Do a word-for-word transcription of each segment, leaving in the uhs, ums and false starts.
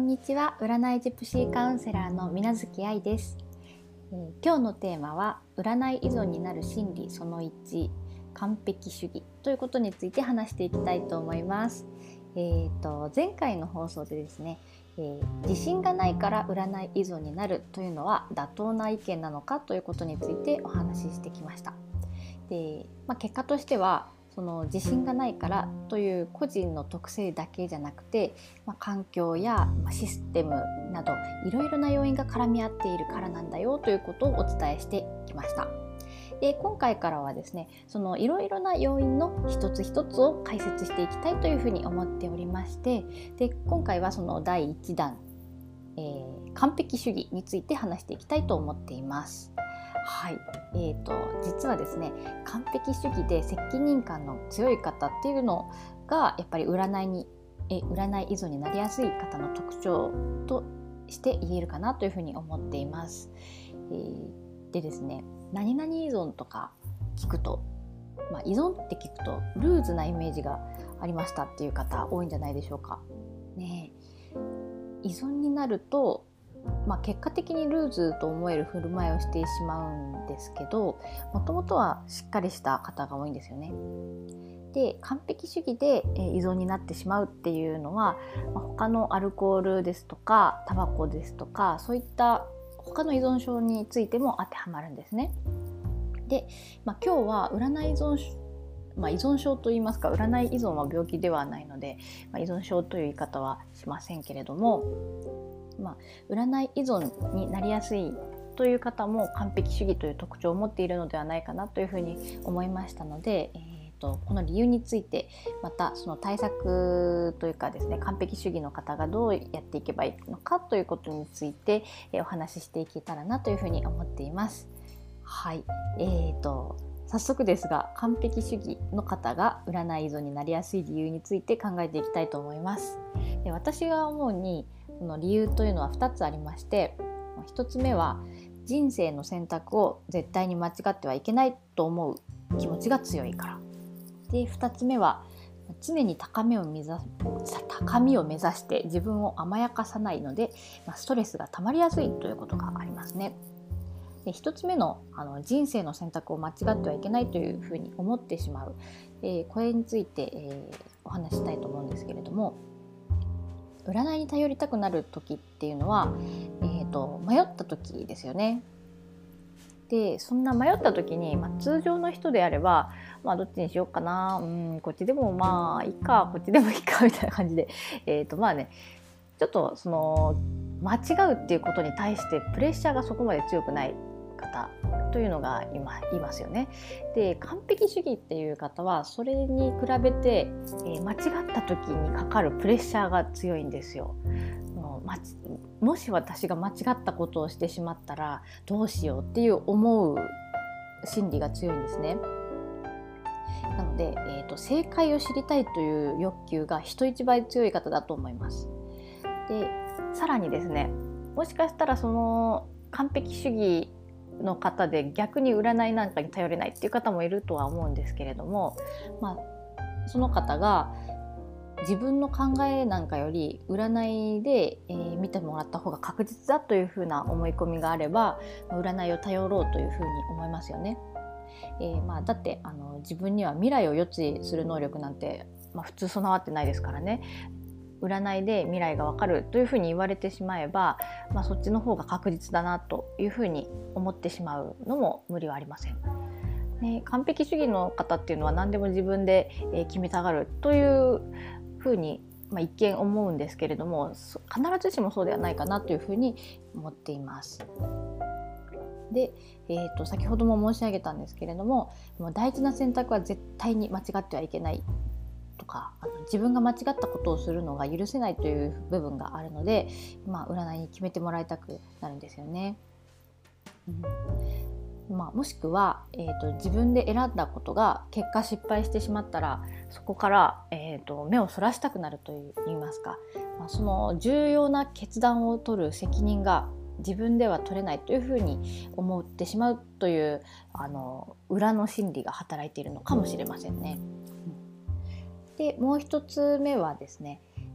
んにちは。占いジプシーカウンセラーの水無月愛です、えー、今日のテーマは占い依存になる心理そのいち、完璧主義ということについて話していきたいと思います。えーと、前回の放送でですね、えー、自信がないから占い依存になるというのは妥当な意見なのかということについてお話ししてきました。で、まあ、結果としてはその自信がないからという個人の特性だけじゃなくて、まあ、環境やシステムなどいろいろな要因が絡み合っているからなんだよということをお伝えしてきました。で、今回からはですね、そのいろいろな要因の一つ一つを解説していきたいというふうに思っておりまして、で今回はそのだいいちだん、えー、完璧主義について話していきたいと思っています。はい、えーと、実はですね、完璧主義で責任感の強い方っていうのがやっぱり占いにえ占い依存になりやすい方の特徴として言えるかなというふうに思っています。えー、でですね、何々依存とか聞くと、まあ、依存って聞くとルーズなイメージがありましたっていう方多いんじゃないでしょうか。ねえ、依存になるとまあ、結果的にルーズと思える振る舞いをしてしまうんですけど、もともとはしっかりした方が多いんですよね。で、完璧主義で依存になってしまうっていうのは、まあ、他のアルコールですとかタバコですとか、そういった他の依存症についても当てはまるんですね。で、まあ、今日は占い依存症まあ、依存症といいますか、占い依存は病気ではないので、まあ、依存症という言い方はしませんけれども、まあ、占い依存になりやすいという方も完璧主義という特徴を持っているのではないかなというふうに思いましたので、えーと、この理由について、またその対策というかですね、完璧主義の方がどうやっていけばいいのかということについてお話ししていけたらなというふうに思っています。はい、えーと早速ですが、完璧主義の方が占い依存になりやすい理由について考えていきたいと思います。で、私が思うにその理由というのはふたつありまして、ひとつめは人生の選択を絶対に間違ってはいけないと思う気持ちが強いから。で、ふたつめは常に高みを目指高みを目指して自分を甘やかさないので、ストレスが溜まりやすいということがありますね。で、ひとつめ の, あの人生の選択を間違ってはいけないというふうに思ってしまう、えー、これについて、えー、お話ししたいと思うんですけれども、占いに頼りたくなる時っていうのは、えーと、迷った時ですよね。で、そんな迷った時に、まあ、通常の人であれば、まあ、どっちにしようかな、うん、こっちでもまあいいか、こっちでもいいかみたいな感じで、えーとまあね、ちょっとその間違うっていうことに対してプレッシャーがそこまで強くない方というのが今いますよね。で、完璧主義っていう方はそれに比べて、えー、間違った時にかかるプレッシャーが強いんですよ。もうまちもし私が間違ったことをしてしまったらどうしようっていう思う心理が強いんですね。なので、えーと、正解を知りたいという欲求が人一倍強い方だと思います。で、さらにですね、もしかしたらその完璧主義の方で逆に占いなんかに頼れないっていう方もいるとは思うんですけれども、まあ、その方が自分の考えなんかより占いで、えー、見てもらった方が確実だというふうな思い込みがあれば、占いを頼ろうというふうに思いますよね。えーまあ、だってあの自分には未来を予知する能力なんて、まあ、普通備わってないですからね。占いで未来がわかるというふうに言われてしまえば、まあ、そっちの方が確実だなというふうに思ってしまうのも無理はありません。ね、完璧主義の方っていうのは何でも自分で決めたがるというふうに、まあ、一見思うんですけれども、必ずしもそうではないかなというふうに思っています。で、えーと、先ほども申し上げたんですけれども、もう大事な選択は絶対に間違ってはいけないとか、あの自分が間違ったことをするのが許せないという部分があるので、まあ、占いに決めてもらいたくなるんですよね。うん、まあ、もしくは、えーと、自分で選んだことが結果失敗してしまったら、そこから、えーと、目をそらしたくなるといいますか、まあ、その重要な決断を取る責任が自分では取れないというふうに思ってしまうというあの裏の心理が働いているのかもしれませんね。で、もう一つ目はですね、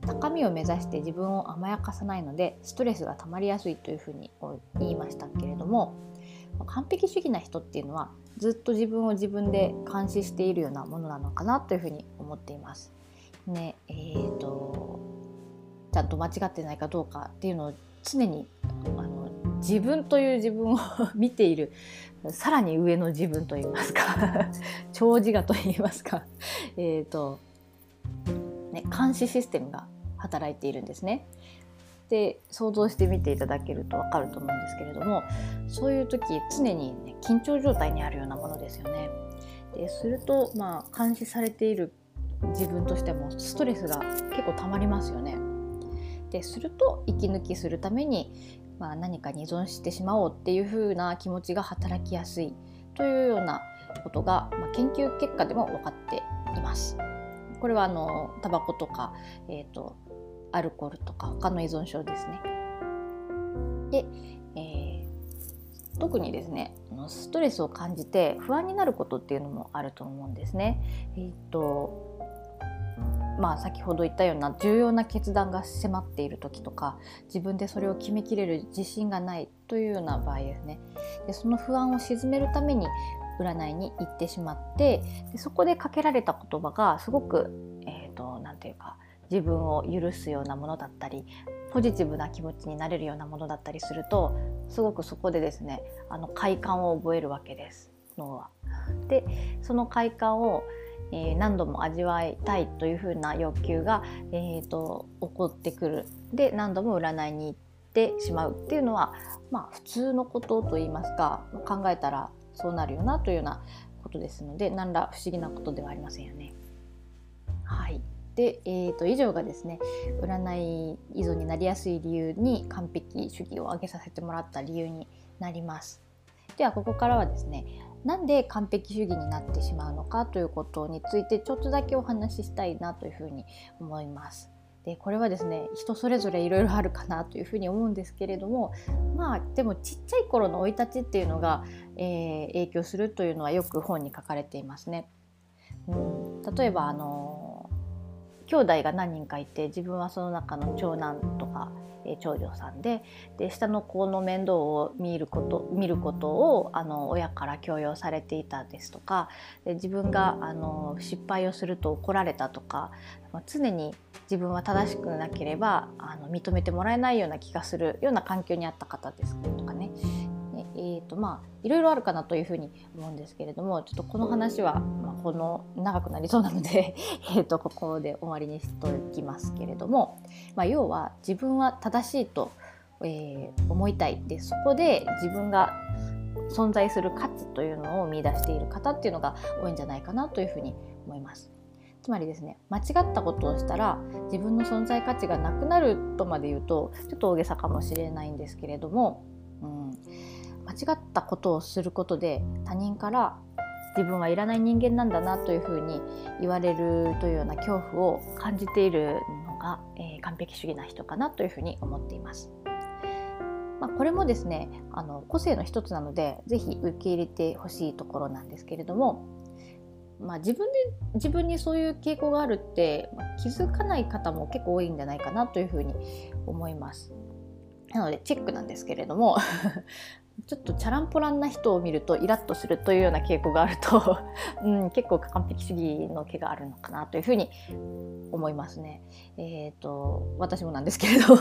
高みを目指して自分を甘やかさないのでストレスが溜まりやすいというふうに言いましたけれども、完璧主義な人っていうのはずっと自分を自分で監視しているようなものなのかなというふうに思っています。ねえーと、ちゃんと間違ってないかどうかっていうのを常にあの自分という自分を見ている、さらに上の自分といいますか超自我といいますか、えーとね、監視システムが働いているんですね。で想像してみていただけると分かると思うんですけれども、そういう時常に、ね、緊張状態にあるようなものですよね。ですると、まあ、監視されている自分としてもストレスが結構たまりますよね。ですると息抜きするために、まあ、何かに依存してしまおうっていう風な気持ちが働きやすいというようなことが、まあ、研究結果でも分かっています。これはあのタバコとか、えーとアルコールとか他の依存症ですね。で、えー、特にですね、ストレスを感じて不安になることっていうのもあると思うんですね。えーとまあ、先ほど言ったような重要な決断が迫っている時とか、自分でそれを決めきれる自信がないというような場合ですね。でその不安を鎮めるために占いに行ってしまって、でそこでかけられた言葉がすごく、えーと、なんていうか自分を許すようなものだったり、ポジティブな気持ちになれるようなものだったりすると、すごくそこでですね、あの快感を覚えるわけです、脳は。でその快感を、えー、何度も味わいたいというふうな欲求が、えーと、起こってくる。で何度も占いに行ってしまうっていうのは、まあ、普通のことといいますか、考えたらそうなるよなというようなことですので、何ら不思議なことではありませんよね。はい。で、えーと、以上がですね、占い依存になりやすい理由に完璧主義を挙げさせてもらった理由になります。ではここからはですね、なんで完璧主義になってしまうのかということについてちょっとだけお話ししたいなというふうに思います。でこれはですね、人それぞれいろいろあるかなというふうに思うんですけれども、まあでもちっちゃい頃の生い立ちっていうのが、えー、影響するというのはよく本に書かれていますね。うん、例えばあの兄弟が何人かいて、自分はその中の長男とか、えー、長女さんで、で下の子の面倒を見ること見ることをあの親から強要されていたですとか、で自分があの失敗をすると怒られたとか、常に自分は正しくなければあの認めてもらえないような気がするような環境にあった方ですとかね。えーとまあ、いろいろあるかなというふうに思うんですけれども、ちょっとこの話は、まあ、この長くなりそうなのでえとここで終わりにしておきますけれども、まあ、要は自分は正しいと、えー、思いたい。でそこで自分が存在する価値というのを見出している方っていうのが多いんじゃないかなというふうに思います。つまりですね、間違ったことをしたら自分の存在価値がなくなるとまで言うとちょっと大げさかもしれないんですけれども、うん間違ったことをすることで他人から自分はいらない人間なんだなというふうに言われるというような恐怖を感じているのが、えー、完璧主義な人かなというふうに思っています。まあ、これもですね、あの個性の一つなのでぜひ受け入れてほしいところなんですけれども、まあ、自分で自分にそういう傾向があるって、まあ、気づかない方も結構多いんじゃないかなというふうに思います。なのでチェックなんですけれどもちょっとチャランポランな人を見るとイラッとするというような傾向があると、うん、結構完璧主義の気があるのかなというふうに思いますね。えーと、私もなんですけれど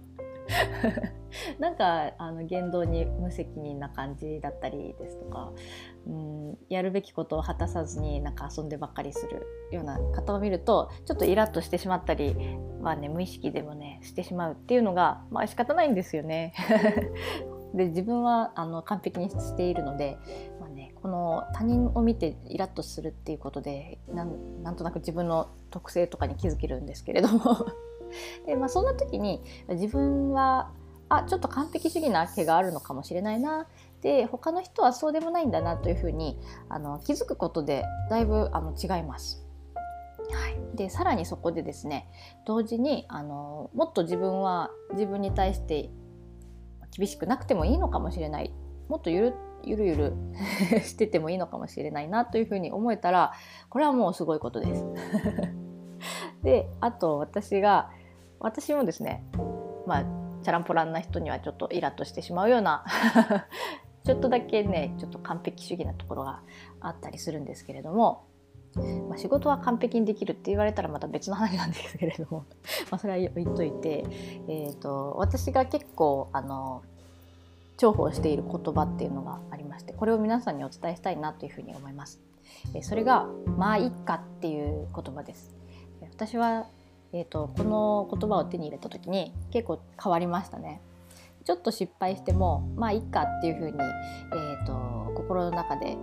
なんかあの言動に無責任な感じだったりですとか、うん、やるべきことを果たさずになんか遊んでばっかりするような方を見るとちょっとイラッとしてしまったり、まあね、無意識でもねしてしまうっていうのが、まあ、仕方ないんですよね。で自分はあの完璧にしているので、まあね、この他人を見てイラッとするっていうことで な, んなんとなく自分の特性とかに気づけるんですけれどもで、まあ、そんな時に自分はあちょっと完璧主義な毛があるのかもしれないな、で他の人はそうでもないんだなというふうにあの気づくことでだいぶあの違います。はい、でさらにそこでですね、同時にあのもっと自分は自分に対して厳しくなくてもいいのかもしれない、もっとゆるゆるゆるしててもいいのかもしれないなというふうに思えたら、これはもうすごいことです。であと私が私もですね、まあチャランポランな人にはちょっとイラッとしてしまうようなちょっとだけねちょっと完璧主義なところがあったりするんですけれども、まあ、仕事は完璧にできるって言われたらまた別の話なんですけれどもまあそれは置いといて、えーと、私が結構あの重宝している言葉っていうのがありまして、これを皆さんにお伝えしたいなというふうに思います。それがまあいっかっていう言葉です。私は、えーと、この言葉を手に入れた時に結構変わりましたね。ちょっと失敗してもまあいっかっていうふうに、えーと、心の中で、ね、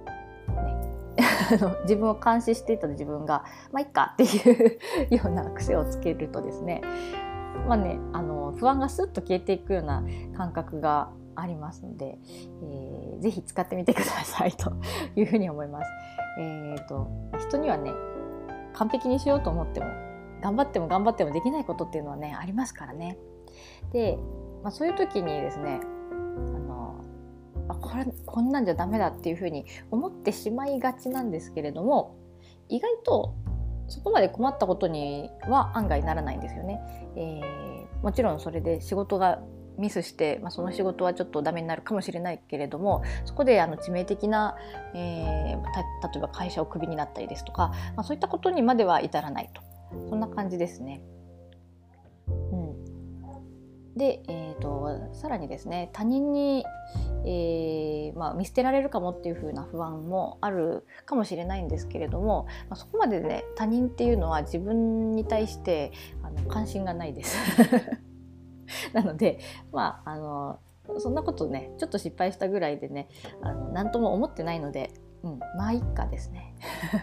自分を監視していた自分がまあいっかっていうような癖をつけるとですね、まあね、あの不安がスッと消えていくような感覚がありますので、えー、ぜひ使ってみてくださいというふうに思います。えーと、人にはね完璧にしようと思っても頑張っても頑張ってもできないことっていうのはねありますからね。で、まあ、そういう時にですね、あのあこれこんなんじゃダメだっていうふうに思ってしまいがちなんですけれども、意外とそこまで困ったことには案外ならないんですよね。えー、もちろんそれで仕事がミスして、まあ、その仕事はちょっとダメになるかもしれないけれども、そこであの致命的な、えー、た例えば会社をクビになったりですとか、まあ、そういったことにまでは至らないと、そんな感じですね。うん、で、えーと、さらにですね、他人に、えーまあ、見捨てられるかもっていう風な不安もあるかもしれないんですけれども、まあ、そこまでね他人っていうのは自分に対してあの関心がないですなので、まあ、あのそんなことねちょっと失敗したぐらいでねあの何とも思ってないので、うん、まあいっかですね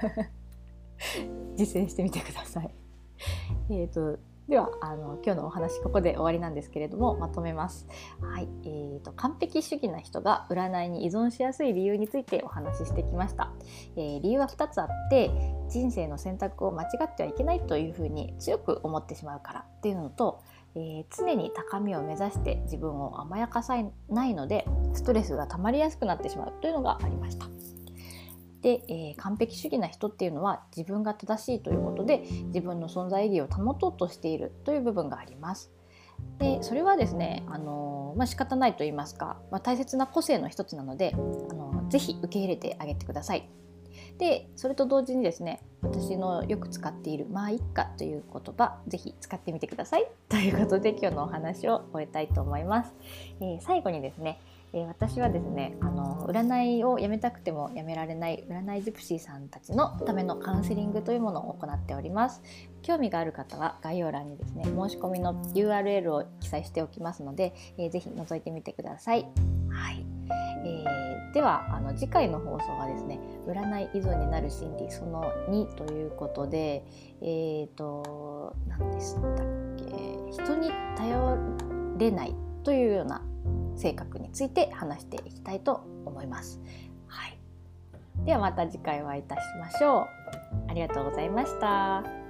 実践してみてください。えーとではあの今日のお話ここで終わりなんですけれども、まとめます。はい、えーと、完璧主義な人が占いに依存しやすい理由についてお話ししてきました。えー、理由はふたつあって、人生の選択を間違ってはいけないというふうに強く思ってしまうからっていうのと、えー、常に高みを目指して自分を甘やかさないのでストレスが溜まりやすくなってしまうというのがありました。で、えー、完璧主義な人っていうのは自分が正しいということで自分の存在意義を保とうとしているという部分があります。でそれはですね、あのーまあ、仕方ないと言いますか、まあ、大切な個性の一つなので、あのー、ぜひ受け入れてあげてください。でそれと同時にですね、私のよく使っているまあいっかという言葉、ぜひ使ってみてくださいということで今日のお話を終えたいと思います。えー、最後にですね、えー、私はですね、あの占いをやめたくてもやめられない占いジプシーさんたちのためのカウンセリングというものを行っております。興味がある方は概要欄にですね申し込みの ユーアールエル を記載しておきますので、えー、ぜひ覗いてみてください。はい、えー、ではあの次回の放送はですね、占い依存になる心理そのにということで、えーと何でしたっけ、人に頼れないというような性格について話していきたいと思います。はい、ではまた次回お会いいたしましょう。ありがとうございました。